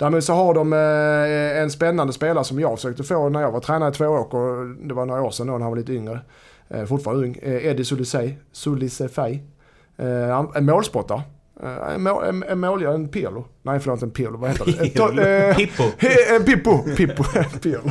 Därmed så har de en spännande spelare som jag försökte få när jag var tränare i 2 år, och det var några år sedan då, när han var lite yngre. Fortfarande ung. Eddie Sulisefaj. En målspottare. En målgörare, en Pirlo. Nej, förlåt, en Pirlo. Vad heter det? Pippo. Pippo. Pirlo.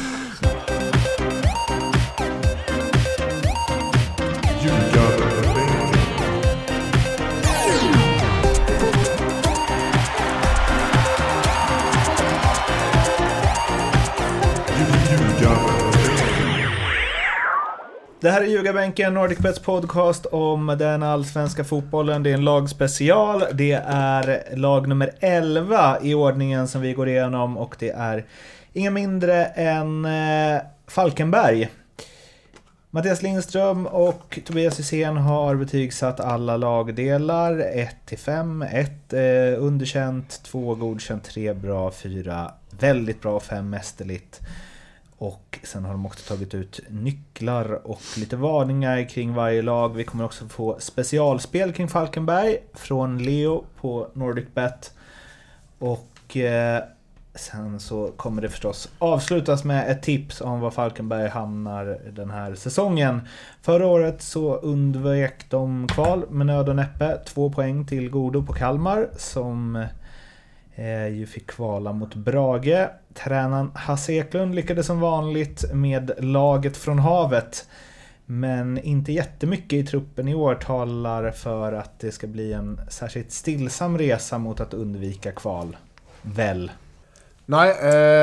Det här är Ljugarbänken, NordicBets podcast om den allsvenska fotbollen. Det är en lagspecial. Det är lag nummer 11 i ordningen som vi går igenom, och det är inga mindre än Falkenberg. Mattias Lindström och Tobias Hysén har betygsatt alla lagdelar 1-5. 1 underkänt, 2 godkänt, 3 bra, 4 väldigt bra, 5 mästerligt. Och sen har de också tagit ut nycklar och lite varningar kring varje lag. Vi kommer också få specialspel kring Falkenberg från Leo på NordicBet. Och sen så kommer det förstås avslutas med ett tips om var Falkenberg hamnar den här säsongen. Förra året så undvek de kval med nöd och näppe. 2 poäng till godo på Kalmar som ju fick kvala mot Brage. Tränaren Hasse Eklund lyckades som vanligt med laget från havet, men inte jättemycket i truppen i år talar för att det ska bli en särskilt stillsam resa mot att undvika kval. Väl? Nej,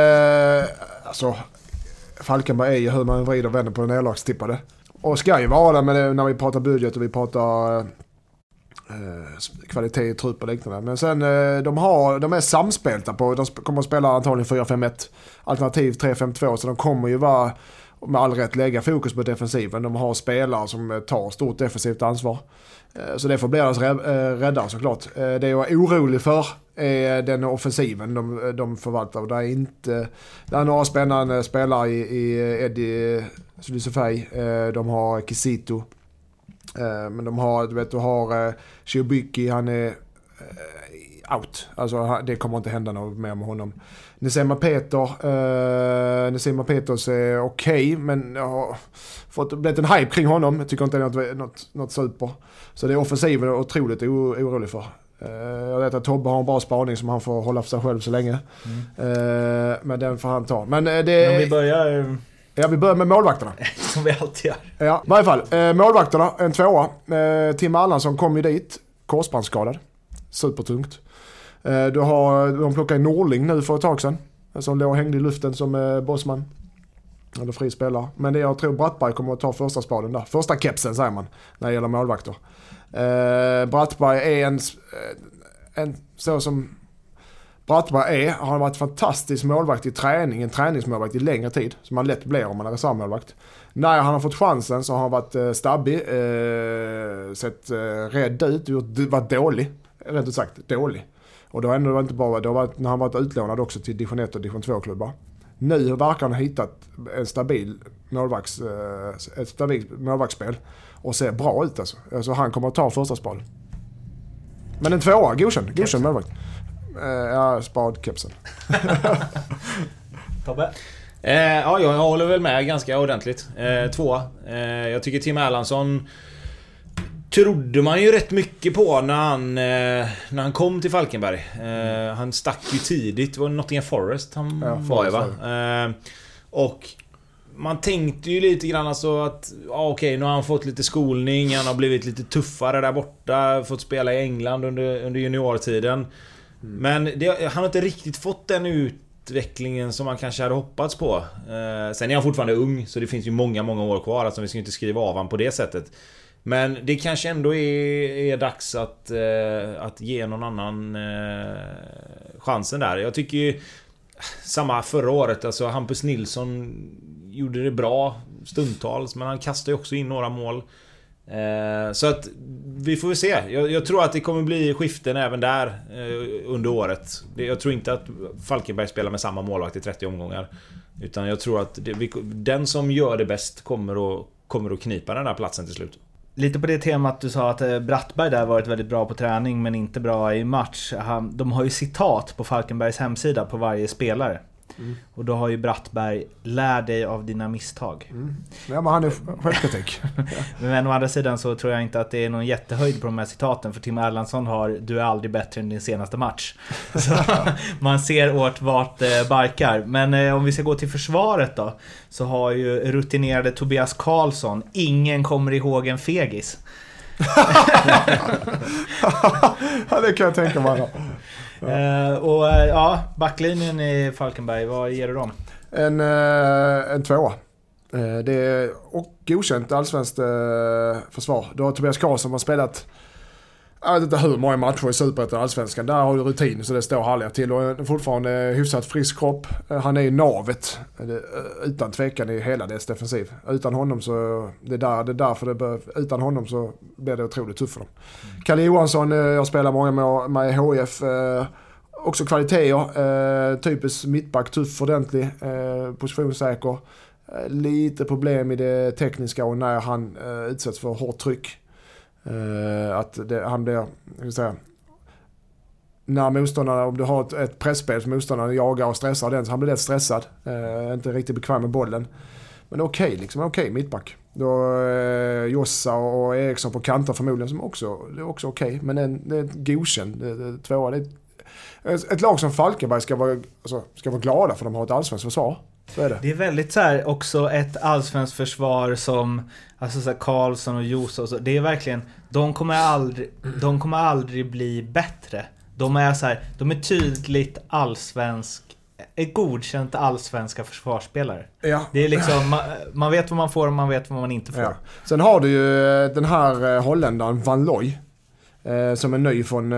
alltså Falkenberg är ju hur man vrider och vänder på den nedlagstippade. Och ska ju vara det, men när vi pratar budget och vi pratar kvalitet i trupp och liknande. Men sen de är samspelta på, de kommer att spela antagligen 4-5-1 alternativ 3-5-2, så de kommer ju vara med all rätt lägga fokus på defensiven. De har spelare som tar stort defensivt ansvar. Så det får bli deras räddare såklart. Det jag är orolig för är den offensiven de förvaltar. Det är inte, det är några spännande spelare i Eddie Sulisefaj. De har Kisito. Men de har Shiobiki, han är out. Alltså det kommer inte hända något mer med honom. Nesema Peters är okej, men jag har blivit en hype kring honom. Jag tycker inte det är något super. Så det är offensiven otroligt orolig för. Jag vet att Tobbe har en bra spaning som han får hålla för sig själv så länge. Men den får han ta. Men vi börjar... Ja, vi börjar med målvakterna. Som vi alltid gör. Ja, i varje fall. Målvakterna, en 2. Tim Allansson kom ju dit. Korsbandsskadad. Supertungt. De plockade in Norling nu för ett tag sedan. Som låg och hängde i luften som bossman. Eller fri spelare. Men jag tror Brattberg kommer att ta första spaden där. Första kepsen säger man när det gäller målvakter. Brattberg är en så som... Brattberg har varit fantastisk målvakt i träning, en träningsmålvakt i längre tid, som man lätt blir om man är reservmålvakt. När han har fått chansen så har han varit stabbig, sett rädd ut, varit dålig, rätt ut sagt dålig. Och då har ändå inte bara, då var när han varit utlånad också till Division 1 och Division 2-klubbar. Nu verkar han ha hittat ett stabilt målvaktsspel och ser bra ut alltså han kommer att ta första spel. Men en 2, godkänd målvakt. Ja, spadkepsen. Tobbe? Ja, jag håller väl med ganska ordentligt. 2. Jag tycker Tim Allansson trodde man ju rätt mycket på när han kom till Falkenberg. Han stack ju tidigt. Det var Nottingham Forest han var ju, va? Och man tänkte ju lite grann alltså att okej, nu har han fått lite skolning, han har blivit lite tuffare där borta, fått spela i England under juniortiden. Men han har inte riktigt fått den utvecklingen som man kanske hade hoppats på. Sen är han fortfarande ung, så det finns ju många år kvar. Alltså vi ska inte skriva av han på det sättet. Men det kanske ändå är dags att ge någon annan chansen där. Jag tycker ju samma förra året. Alltså Hampus Nilsson gjorde det bra stundtals, men han kastade ju också in några mål. Så att vi får väl se. Jag tror att det kommer bli skiften även där under året. Jag tror inte att Falkenberg spelar med samma målvakt i 30 omgångar, utan jag tror att den som gör det bäst kommer att knipa den där platsen till slut. Lite på det temat du sa att Brattberg där varit väldigt bra på träning men inte bra i match. De har ju citat på Falkenbergs hemsida på varje spelare. Och då har ju Brattberg lär dig av dina misstag. Ja, men han är självkritik. Men å andra sidan så tror jag inte att det är någon jättehöjd på de här citaten. För Tim Erlandsson har du är aldrig bättre än din senaste match. Så man ser åt vart barkar. Men om vi ska gå till försvaret då, så har ju rutinerade Tobias Karlsson, ingen kommer ihåg en fegis. Ja, det kan jag tänka mig. Backlinjen i Falkenberg, vad ger du dem? En 2. Det är och godkänt allsvenskt försvar. Då har Tobias Karlsson har spelat, jag vet inte hur många matcher i Superettan allsvenskan. Där har du rutin så det står härliga till och fortfarande hyfsat frisk kropp. Han är i navet utan tvekan i hela dess defensiv. Utan honom så utan honom så blir det otroligt tufft för dem. Kalle Johansson, jag spelar många med HF. Också kvaliteter, typiskt mittback, tuff, ordentlig, positionssäker. Lite problem i det tekniska och när han utsätts för hårt tryck. Han blir, när motståndarna, om du har ett pressspel som motståndarna jagar och stressar den, så han blir lätt stressad. Inte riktigt bekväm med bollen. Men okej, mittback. Då Jossa och Eriksson på kanter förmodligen som också, det är också okej. Men det är godkänd, tvåa. Ett lag som Falkenberg ska vara glada för de har ett allsvenskt försvar. Så är det. Det är väldigt så här också ett allsvenskt försvar som alltså så här Karlsson och Josa och så, det är verkligen de kommer aldrig bli bättre. De är tydligt godkänt allsvenska försvarsspelare. Ja. Det är liksom man vet vad man får och man vet vad man inte får. Ja. Sen har du ju den här holländaren Van Looy som är ny från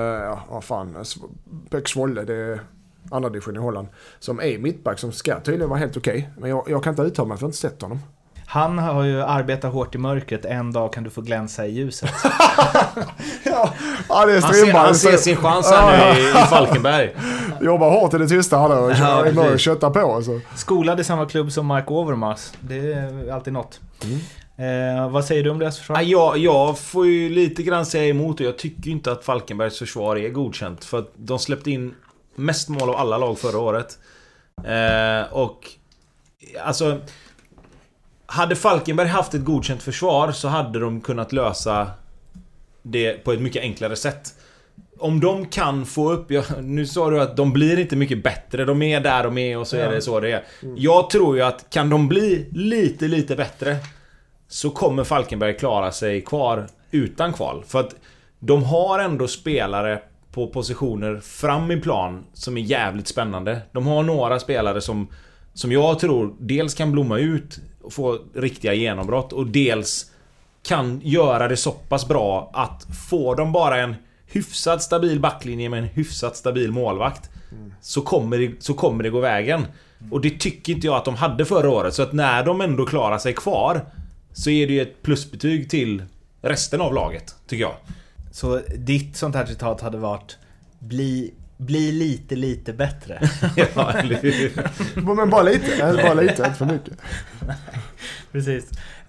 Bäcksvolle, det är andra division i Holland, som är mittback som ska tydligen vara helt okej. Men jag kan inte uttala mig för jag har inte sett honom. Han har ju arbetat hårt i mörkret. En dag kan du få glänsa i ljuset. ja, det är Strindberg. Han ser sin chans här nu i Falkenberg. Jobbar hårt i det tysta här och köttar på. Så. Skolad i samma klubb som Mark Overmars. Det är alltid något. Vad säger du om deras försvar? Jag får ju lite grann säga emot och jag tycker inte att Falkenbergs försvar är godkänt. För att de släppte in mest mål av alla lag förra året. Och alltså, hade Falkenberg haft ett godkänt försvar så hade de kunnat lösa det på ett mycket enklare sätt. Om de kan få upp, nu sa du att de blir inte mycket bättre, de är där de är och så är det så det är. Jag tror ju att kan de bli lite bättre så kommer Falkenberg klara sig kvar utan kval. För att de har ändå spelare på positioner fram i plan som är jävligt spännande. De har några spelare som jag tror dels kan blomma ut och få riktiga genombrott och dels kan göra det så pass bra att få de bara en hyfsat stabil backlinje med en hyfsat stabil målvakt så kommer det gå vägen. Och det tycker inte jag att de hade förra året. Så att när de ändå klarar sig kvar så är det ju ett plusbetyg till resten av laget, tycker jag. Så ditt sånt här citat hade varit bli lite bättre. Ja, men bara lite, inte för mycket. Precis.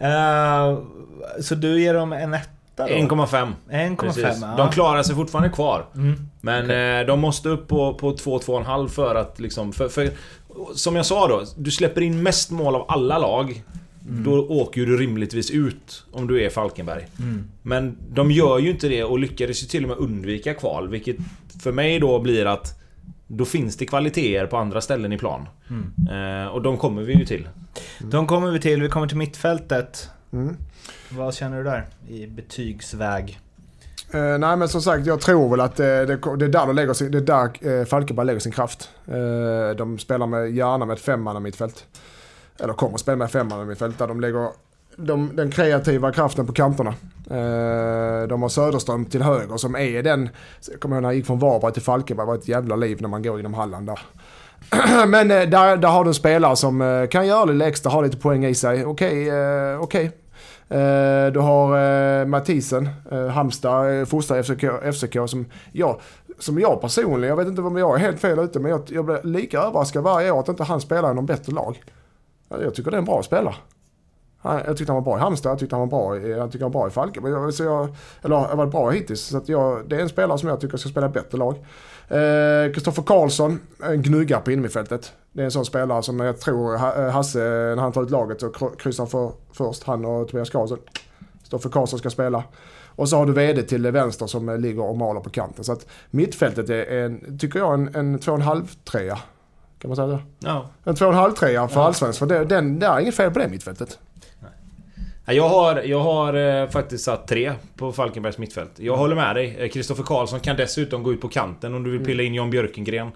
Så du ger dem en 1 då? 1,5. 1,5. Ja. De klarar sig fortfarande kvar. Men de måste upp på 2,5 för att liksom för som jag sa då, du släpper in mest mål av alla lag. Då åker ju du rimligtvis ut om du är Falkenberg. Men de gör ju inte det och lyckades ju till och med undvika kval, vilket för mig då blir att då finns det kvaliteter på andra ställen i plan. Och de kommer vi ju till. Vi kommer till mittfältet. Vad känner du där i betygsväg? Nej, men som sagt, jag tror väl att det är där Falkenberg lägger sin kraft. De spelar gärna med ett 5-manna mittfält. Eller kommer att spela med 5-manna mittfält där de lägger den kreativa kraften på kanterna. De har Söderström till höger som är den. Jag kommer ihåg när jag gick från Varberg till Falkenberg, var ett jävla liv när man går genom Halland där. Men där har du spelare som kan göra lite extra, har lite poäng i sig. Okej. Du har Mathisen, Halmstad, fostrad FCK som jag personligen, jag vet inte om jag är helt fel ute, men jag blir lika överraskad varje år att inte han spelar i någon bättre lag. Jag tycker det är en bra spelare. Jag tyckte han var bra i Halmstad, jag tyckte han var bra i Falkenberg. Så jag har varit bra hittills. Så att det är en spelare som jag tycker ska spela bättre lag. Kristoffer Karlsson, en gnugga på innerfältet. Det är en sån spelare som jag tror Hasse, när han tar ut laget så kryssar för först han och Tobias Karlsson. Kristoffer Karlsson ska spela. Och så har du vd till vänster som ligger och maler på kanten. Så att mittfältet är tycker jag en 2,5-3. Kan man säga det? Ja. En 2,5-3 för allsvensk. För det är inget fel på det mittfältet. Jag har faktiskt satt 3 på Falkenbergs mittfält. Jag håller med dig. Kristoffer Karlsson kan dessutom gå ut på kanten om du vill pilla in Jan Björkengren.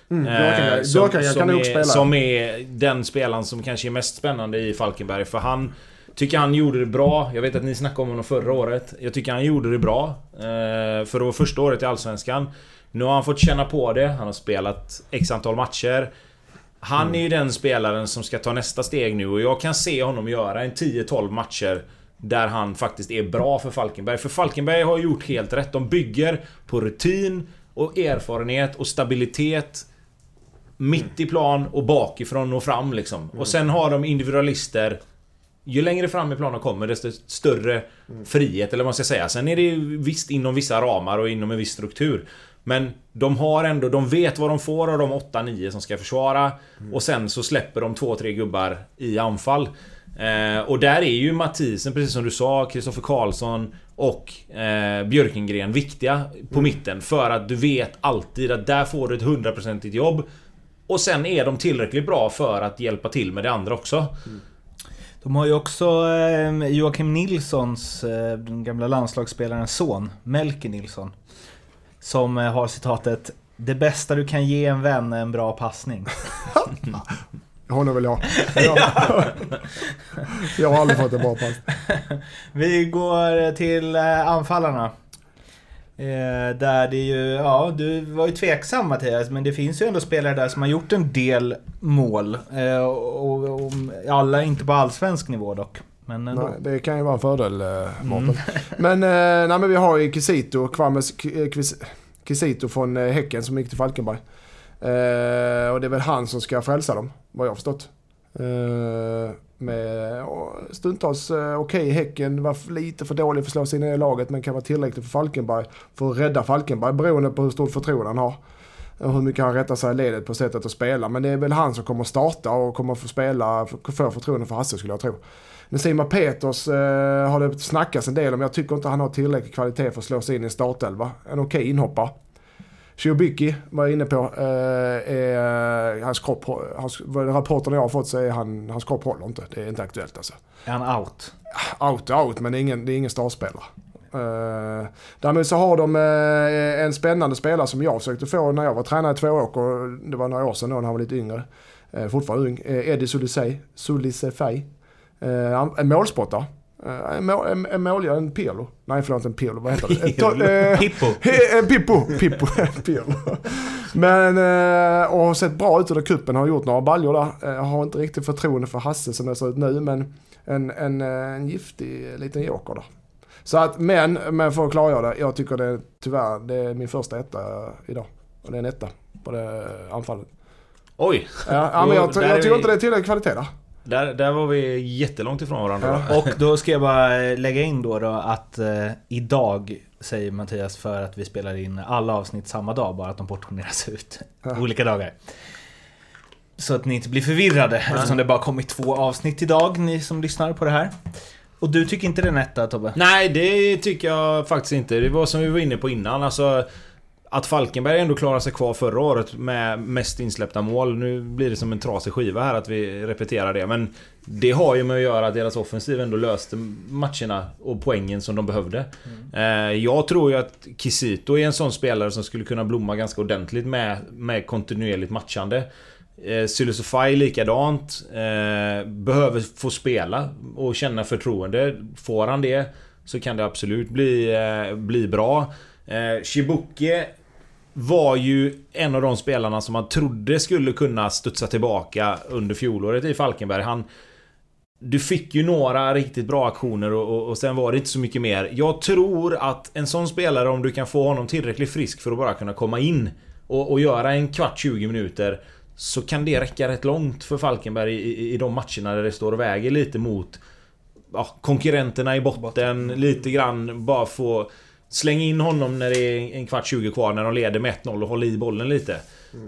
Som är den spelaren som kanske är mest spännande i Falkenberg. För han tycker han gjorde det bra. Jag vet att ni snackade om honom förra året. Jag tycker han gjorde det bra för det var första året i Allsvenskan. Nu har han fått känna på det. Han har spelat x antal matcher. Han är ju den spelaren som ska ta nästa steg nu. Och jag kan se honom göra en 10-12 matcher där han faktiskt är bra för Falkenberg. För Falkenberg har gjort helt rätt. De bygger på rutin och erfarenhet och stabilitet mitt i plan och bakifrån och fram liksom. Och sen har de individualister. Ju längre fram i planen kommer, desto större frihet, eller vad man ska säga. Sen är det visst inom vissa ramar och inom en viss struktur. Men de vet vad de får av de 8-9 som ska försvara. Och sen så släpper de 2-3 gubbar i anfall. Och där är ju Mathisen, precis som du sa, Kristoffer Karlsson och Björkengren viktiga på mitten. För att du vet alltid att där får du ett 100% jobb. Och sen är de tillräckligt bra för att hjälpa till med det andra också. De har ju också Joakim Nilssons, den gamla landslagsspelarens son, Melke Nilsson, som har citatet: "Det bästa du kan ge en vän är en bra passning." Honom vill jag. Jag har aldrig fått en bra pass. Vi går till anfallarna. Där det ju, du var ju tveksam Mattias, men det finns ju ändå spelare där som har gjort en del mål. Och alla inte på allsvensk nivå dock. Men nej, det kan ju vara en fördel, Mårten. Men vi har ju Kisito, Kisito från Häcken som gick till Falkenberg. Och det är väl han som ska frälsa dem, vad jag har förstått. Med stundtals okej, Häcken var lite för dålig för att slå sig in i laget, men kan vara tillräckligt för Falkenberg för att rädda Falkenberg, beroende på hur stort förtroende han har och hur mycket han rättar sig i ledet på sättet att spela. Men det är väl han som kommer starta och kommer få spela för förtroende för Hasse, skulle jag tro. Nasima Peters har det snackats en del om. Jag tycker inte han har tillräcklig kvalitet för att slå sig in i startelva. En okej inhoppare. Shiobiki var inne på hans kropp, rapporterna jag har fått så är hans kropp håller inte. Det är inte aktuellt alltså. Är han out? Out, men det är ingen startspelare. Därmed så har de en spännande spelare som jag försökte få när jag var tränare i 2 år, och det var några år sedan när han var lite yngre. Fortfarande ung. Eddie Sulisefej. En målspottare. En Pirlo. Nej, förlåt, en Pirlo. Vad heter det? Pippo. Pirlo. Men och har sett bra ut under kuppen. Har gjort några baljor där. Har inte riktigt förtroende för Hasse som det ser ut nu. Men en giftig liten joker där. Så att, men för att klargöra det. Jag tycker det är min första etta idag. Och det är en etta på det anfallet. Oj! Ja, men jag tycker inte det är tillräcklig kvalitet där. Där var vi jättelångt ifrån varandra. Ja. Och då ska jag bara lägga in då att idag säger Mattias, för att vi spelar in alla avsnitt samma dag, bara att de portioneras ut olika dagar. Så att ni inte blir förvirrade, eftersom det bara kommit 2 avsnitt idag, ni som lyssnar på det här. Och du tycker inte det är en etta, Tobbe? Nej, det tycker jag faktiskt inte. Det var som vi var inne på innan, alltså att Falkenberg ändå klarar sig kvar förra året med mest insläppta mål. Nu blir det som en trasig skiva här att vi repeterar det. Men det har ju med att göra att deras offensiv ändå löste matcherna och poängen som de behövde. Jag tror ju att Kisito är en sån spelare som skulle kunna blomma ganska ordentligt med kontinuerligt matchande. Sulisofaj likadant. Behöver få spela och känna förtroende. Får han det så kan det absolut bli bra. Shibuke var ju en av de spelarna som man trodde skulle kunna studsa tillbaka under fjolåret i Falkenberg. Du fick ju några riktigt bra aktioner och sen var det inte så mycket mer. Jag tror att en sån spelare, om du kan få honom tillräckligt frisk för att bara kunna komma in och göra en kvart 20 minuter, så kan det räcka rätt långt för Falkenberg i de matcherna där det står och väger lite mot konkurrenterna i botten lite grann, bara få slänga in honom när det är en kvart 20 kvar när de leder med 1-0 och hålla i bollen lite.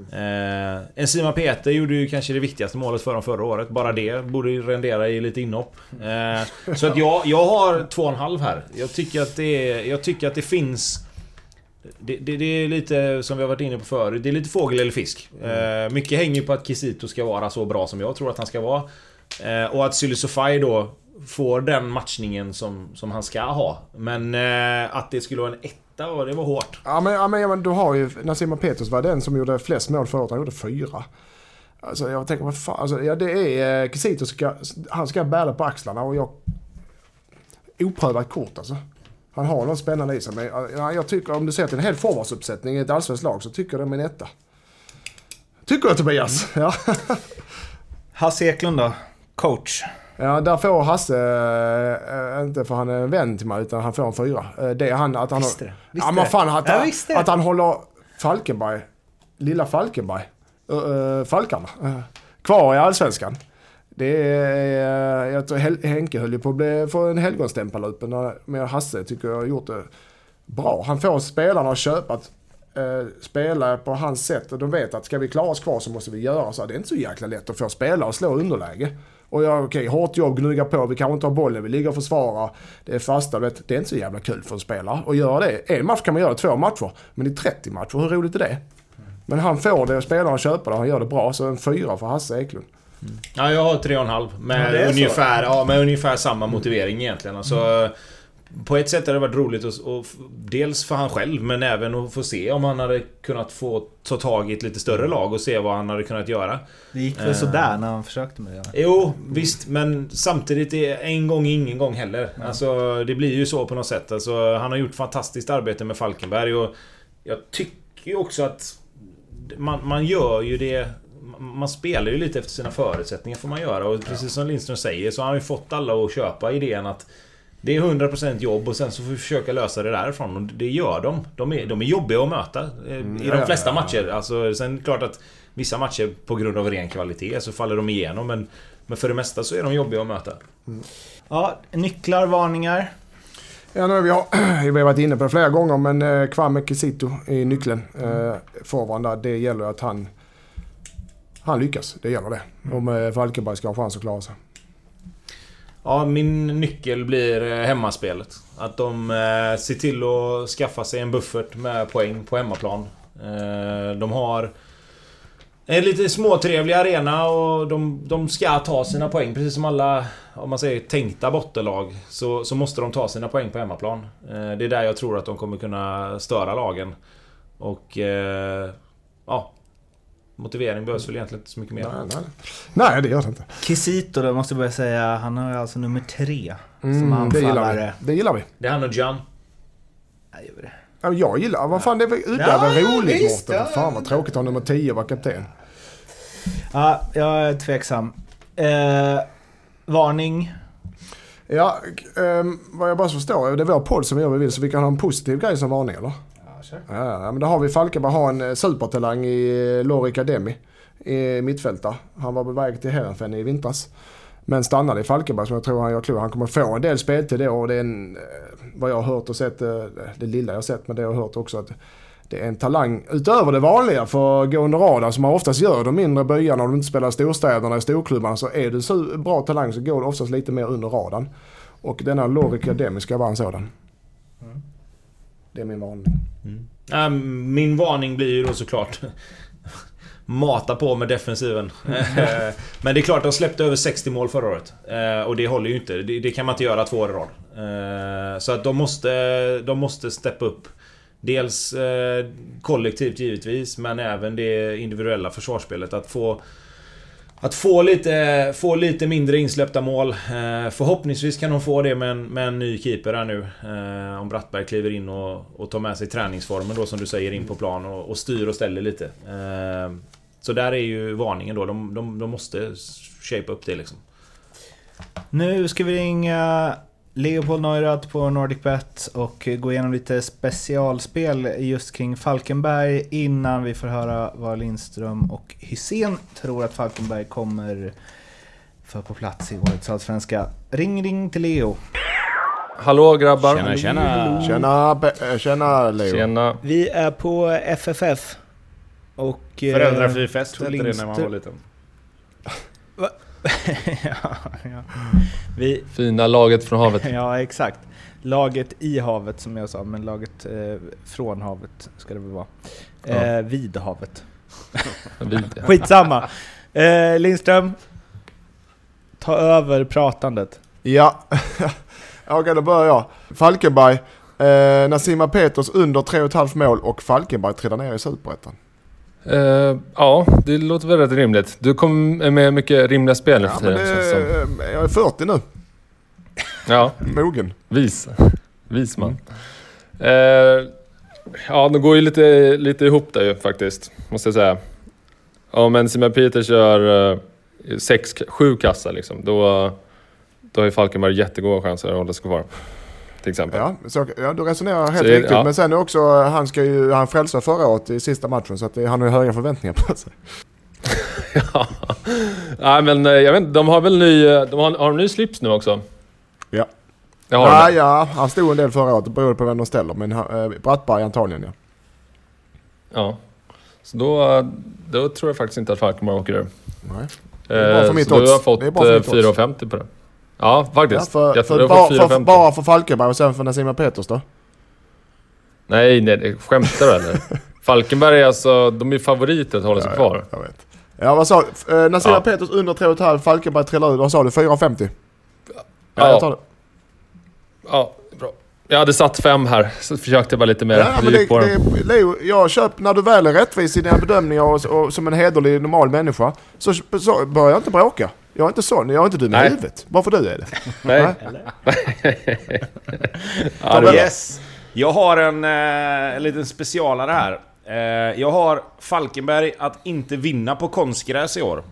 Enzima Peter gjorde ju kanske det viktigaste målet för dem förra året. Bara det borde rendera i lite inhopp. Så att jag har 2,5 här. Jag tycker att det finns... Det är lite som vi har varit inne på förut. Det är lite fågel eller fisk. Mycket hänger på att Kisito ska vara så bra som jag tror att han ska vara. Och att Sylisofaj då får den matchningen som han ska ha. Men att det skulle vara en etta, och det var hårt. Ja men du har ju Enzima Peters var den som gjorde flest mål förut. Han gjorde 4. Alltså jag tänker, vad fan, alltså, ja, det är Kisito han ska bära på axlarna, och jag oprövat kort alltså. Han har något spännande i sig, men jag tycker, om du ser till en hel forwardsuppsättning i ett allsvenskt lag, så tycker jag det är en etta. Tycker jag, Tobias? Ja. Hasse Eklund då? Coach. Ja, där får Hasse, inte för han är en vän till mig, utan han får en 4. Det är han, att han visste ja, men fan, att han håller Falkenberg, lilla Falkenberg, Falkarna, kvar i allsvenskan. Det är, jag tror Henke höll ju på att få en helgonstämpel upp, men Hasse tycker jag har gjort det bra. Han får spelarna att köpa att spela på hans sätt, och de vet att ska vi klara oss kvar så måste vi göra så. Det är inte så jäkla lätt att få spelare och slå underläge. Och hårt jobb, gnugga på, vi kan inte ha bollen, vi ligger och försvarar, det är fasta, det är inte så jävla kul för en spelare att göra det. En match kan man göra 2 matcher, men i 30 matcher, hur roligt är det? Men han får det och spelarna köper det, han gör det bra, så en 4 för Hasse Eklund. Ja, jag har 3,5 med ungefär samma motivering egentligen. Alltså, på ett sätt har det varit roligt och dels för han själv, men även att få se om han hade kunnat få ta tag i ett lite större lag och se vad han hade kunnat göra. Det gick väl sådär när han försökte med det. Jo, visst, men samtidigt är en gång ingen gång heller. Alltså, det blir ju så på något sätt. Alltså, han har gjort fantastiskt arbete med Falkenberg, och jag tycker ju också att man gör ju det. Man spelar ju lite efter sina förutsättningar, får man göra. Och precis som Lindström säger, så har han ju fått alla att köpa idén att det är 100% jobb, och sen så får vi försöka lösa det därifrån. Och det gör de. De är jobbiga att möta i de flesta matcher. Alltså, sen är det klart att vissa matcher på grund av ren kvalitet så faller de igenom, men för det mesta så är de jobbiga att möta. Ja, nycklar, varningar. Ja, nu vi har varit inne på det flera gånger, men Kwame Kisito i nyckeln. Forwarden där, det gäller att han lyckas, det gäller det. Om Falkenberg ska ha chans att klara sig. Ja, min nyckel blir hemmaspelet. Att de ser till att skaffa sig en buffert med poäng på hemmaplan. De har en lite småtrevlig arena, och de ska ta sina poäng. Precis som alla, om man säger tänkta bottenlag, så måste de ta sina poäng på hemmaplan. Det är där jag tror att de kommer kunna störa lagen. Och motivering behövs väl egentligen inte så mycket mer. Nej, det gör det inte. Kisito då, måste jag börja säga. Han har alltså nummer 3 som anfallare. Det gillar vi. Det är han och John. Jag gillar. Vad fan, det är väl roligt, Mårten. Fan vad tråkigt att ha nummer 10 var kapten. Ja, jag är tveksam. Varning. Ja, vad jag bara förstår, det är vår podd som gör vi vill, så vi kan ha en positiv grej som varning, eller? Ja, men då har vi Falkenberg har en supertalang i Lorik Ademi i mittfältare. Han var på väg till Heerenveen i vintras, men stannade i Falkenberg, som jag tror han gör klur. Han kommer få en del spel till det, och det är vad jag har hört och sett, det lilla jag har sett, men det jag har hört också, att det är en talang utöver det vanliga för att gå under radarn, som man oftast gör de mindre byarna. Om du inte spelar storstäderna i storklubbarna, så är du så bra talang så går det oftast lite mer under radarn. Och denna Lorik Ademi ska vara en sådan. Det är min varning. Min varning blir ju då såklart mata på med defensiven. Men det är klart, de släppte över 60 mål förra året. Och det håller ju inte. Det kan man inte göra 2 år i rad. Så att de måste steppa upp. Dels kollektivt givetvis, men även det individuella försvarsspelet. Att få lite mindre insläppta mål. Förhoppningsvis kan de få det med en ny keeper här nu. Om Brattberg kliver in och tar med sig träningsformen då, som du säger, in på plan och styr och ställer lite. Så där är ju varningen då. De måste shape upp det liksom. Nu ska vi ringa Leopold Neurath på NordicBet och gå igenom lite specialspel just kring Falkenberg innan vi får höra vad Lindström och Hysén tror att Falkenberg kommer för på plats i årets allsvenska. Ring till Leo. Hallå grabbar. Tjena Leo. Tjena. Vi är på FFF. Och Föräldrafri fest hette det när man var liten. ja. Fina laget från havet. Ja, exakt. Laget i havet som jag sa, men laget från havet ska det väl vara. Vid havet. Skitsamma. Lindström, ta över pratandet. Ja, okej, då börjar jag. Falkenberg, Nasima Peters under 3,5 mål och Falkenberg trillar ner i Superettan. Ja, det låter väl rätt rimligt. Du kommer med mycket rimliga spel nu för tiden. Jag är 40 nu. Ja. Mogen. Vis man. Ja, det går ju lite ihop där ju faktiskt, måste jag säga. Ja, men Simon Peter kör 6-7 kassar liksom. Då har ju Falkenberg jättegoda chanser att hålla sig kvar. Till exempel. Ja, du resonerar helt riktigt. Ja. Men sen är också, han frälsade förra året i sista matchen, så att han har ju höga förväntningar på sig. Ja. Nej, men jag vet inte, de har väl har de ny slips nu också? Ja. Ja, han stod en del förra året, det beror på vem de ställer, men Brattberg antagligen, ja. Ja. Så då tror jag faktiskt inte att Falkenberg åker där. Nej. Det är bra för mitt odds. Du har fått 4,50 på det. Ja, faktiskt. Ja, bara för Falkenberg och sen för Nasima Peters då? Nej, skämtar du eller? Falkenberg är alltså, de är favoriter att hålla sig kvar. Jag vet. Ja, vad sa du? Nasima Peters under 3,5, Falkenberg trillar ut. Vad sa du? 4,50? Ja, jag tar det. Ja, bra. Jag hade satt 5 här, så försökte jag bara lite mer. Ja, men Leo, jag köper när du väl är rättvis i dina bedömningar och som en hederlig, normal människa, så börjar jag inte bråka. Jag är inte sån, jag är inte dum i huvudet. Varför du är det? Nej. Yes. Jag har en liten specialare här. Jag har Falkenberg att inte vinna på konstgräs i år.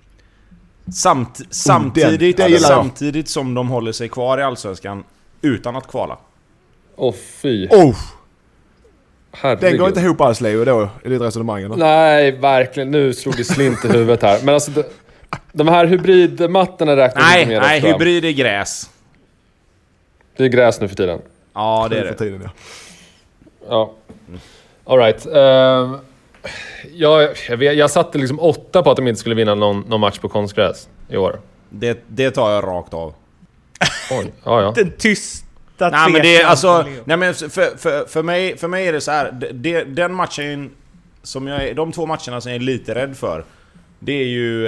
Samtidigt som de håller sig kvar i Allsvenskan utan att kvala. Fy. Den går inte ihop alls, Leo, då, i ditt resonemang, eller? Nej, verkligen. Nu slog det slint i huvudet här. Men alltså, de här hybridmattorna räknas inte med. Nej, hybrid är gräs. Det är gräs nu för tiden. Ja, det är för tiden, ja. All right. Jag satte liksom 8 på att de inte skulle vinna någon match på konstgräs i år. Det tar jag rakt av. Oj, ja. Den tysta. Nej, men det är alltså, för mig är det så här. Den matchen de 2 matcherna som jag är lite rädd för, det är ju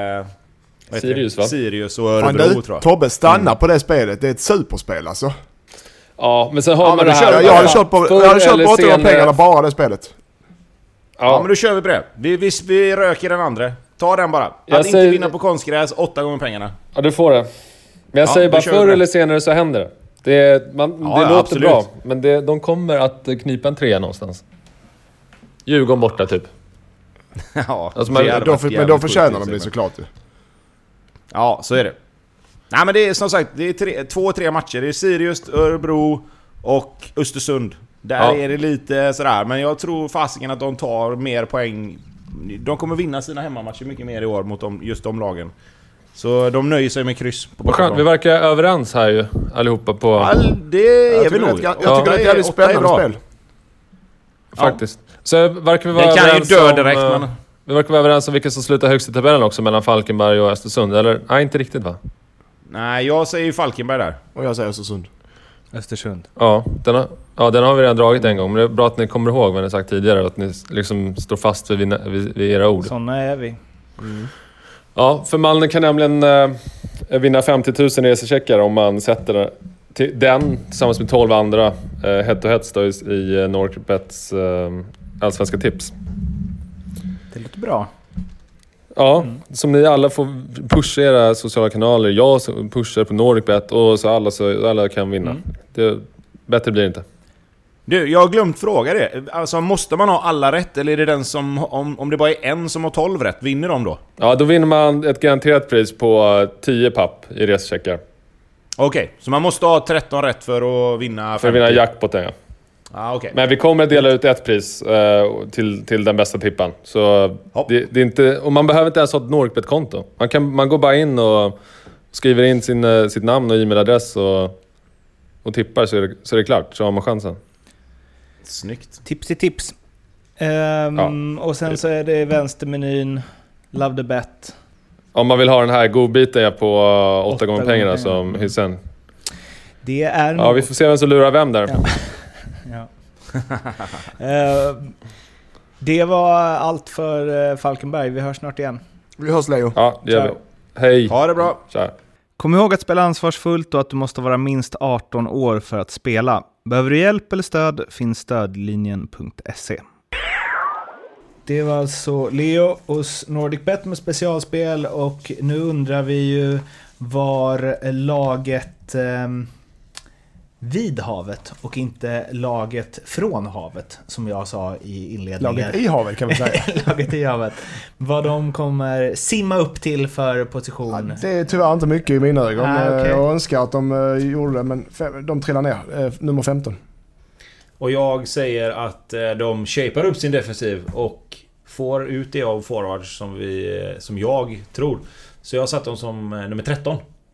Sirius och Örebro, tror jag. Tobbe, stanna på det spelet. Det är ett superspel alltså. Ja, men sen har man det här. Jag hade kört på återgång bara det spelet. Ja, men då kör vi på det. Vi röker den andra. Ta den bara. Att inte vinna på konstgräs 8 gånger pengarna. Ja, du får det. Men jag säger bara, förr eller senare så händer det. Det låter absolut bra, men de kommer att knipa en 3 någonstans. Djurgården borta typ. Ja, alltså, men då förtjänar de bli såklart. Ja, så är det. Nej, men det är som sagt, det är 2-3 matcher. Det är Sirius, Örebro och Östersund. Där är det lite sådär, men jag tror fasiken att de tar mer poäng. De kommer vinna sina hemmamatcher mycket mer i år mot just de lagen. Så de nöjer sig med kryss på bortaplan. Vi verkar överens här ju, allihopa på... Det är vi nog. Jag tycker det är ett jävligt spännande spel. Faktiskt. Så verkar vi vara överens kan ju dö direkt, men... Vi verkar vara överens om vilka som slutar högst i tabellen också mellan Falkenberg och Östersund. Eller? Nej, inte riktigt, va? Nej, jag säger ju Falkenberg där. Och jag säger Östersund. Ja, den har vi redan dragit en gång. Men det är bra att ni kommer ihåg vad ni sagt tidigare. Att ni liksom står fast vid era ord. Såna är vi. Ja, för Malmö kan nämligen vinna 50 000 resecheckar om man sätter den tillsammans med 12 andra head-to-heads då i Norrbets allsvenska tips. Det låter bra. Ja, som ni alla får pusha era sociala kanaler. Jag pushar på Norrbet och så alla kan vinna. Bättre blir det inte. Du, jag har glömt fråga det. Alltså, måste man ha alla rätt? Eller är det den som, om det bara är en som har 12 rätt, vinner de då? Ja, då vinner man ett garanterat pris på 10 papp i resecheckar. Okej, så man måste ha 13 rätt för att vinna 50? För att vinna jackpoten, ja. Okay. Men vi kommer att dela ut ett pris till den bästa tippan. Så det är inte, och man behöver inte ens ha ett Nordic-bet-konto. Man går bara in och skriver in sitt namn och e-mailadress och tippar så är det klart. Så har man chansen. Snyggt. Tips i tips. Och sen så är det vänstermenyn, Love the Bet. Om man vill ha den här godbiten på 8 gånger pengarna som Hyssen. Det är Ja, vi får se vem som lurar vem där. Ja. Det var allt för Falkenberg. Vi hörs snart igen. Vi hörs, Leo. Ja, det gör vi. Hej. Ha det bra. Tja. Kom ihåg att spela ansvarsfullt och att du måste vara minst 18 år för att spela. Behöver du hjälp eller stöd finns stödlinjen.se. Det var alltså Leo hos NordicBet med specialspel, och nu undrar vi ju var laget vid havet och inte laget från havet, som jag sa i inledningen. Laget i havet kan vi säga. Laget i havet. Vad de kommer simma upp till för position. Ja, det är tyvärr inte mycket i mina ögon. Okay. Jag önskar att de gjorde det, men de trillar ner. Nummer 15. Och jag säger att de shapar upp sin defensiv och får ut det av forwards som jag tror. Så jag har satt dem som nummer 13.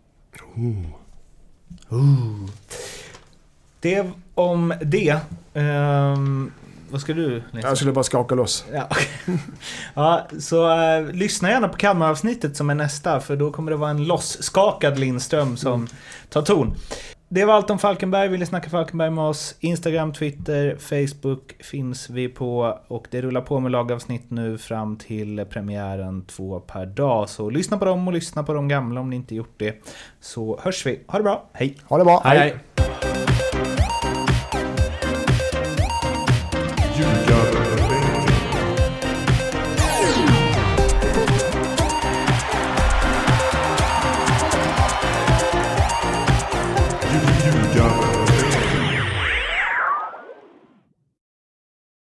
Det om det. Vad ska du? Jag skulle bara skaka loss. Ja, okay. Ja, så lyssna gärna på Kalmar-avsnittet som är nästa, för då kommer det vara en lossskakad Lindström som tar ton. Det var allt om Falkenberg. Vill ni snacka Falkenberg med oss? Instagram, Twitter, Facebook finns vi på, och det rullar på med lagavsnitt nu fram till premiären 2 per dag. Så lyssna på dem och lyssna på de gamla om ni inte gjort det. Så hörs vi. Ha det bra. Hej. Ha det bra. Hej.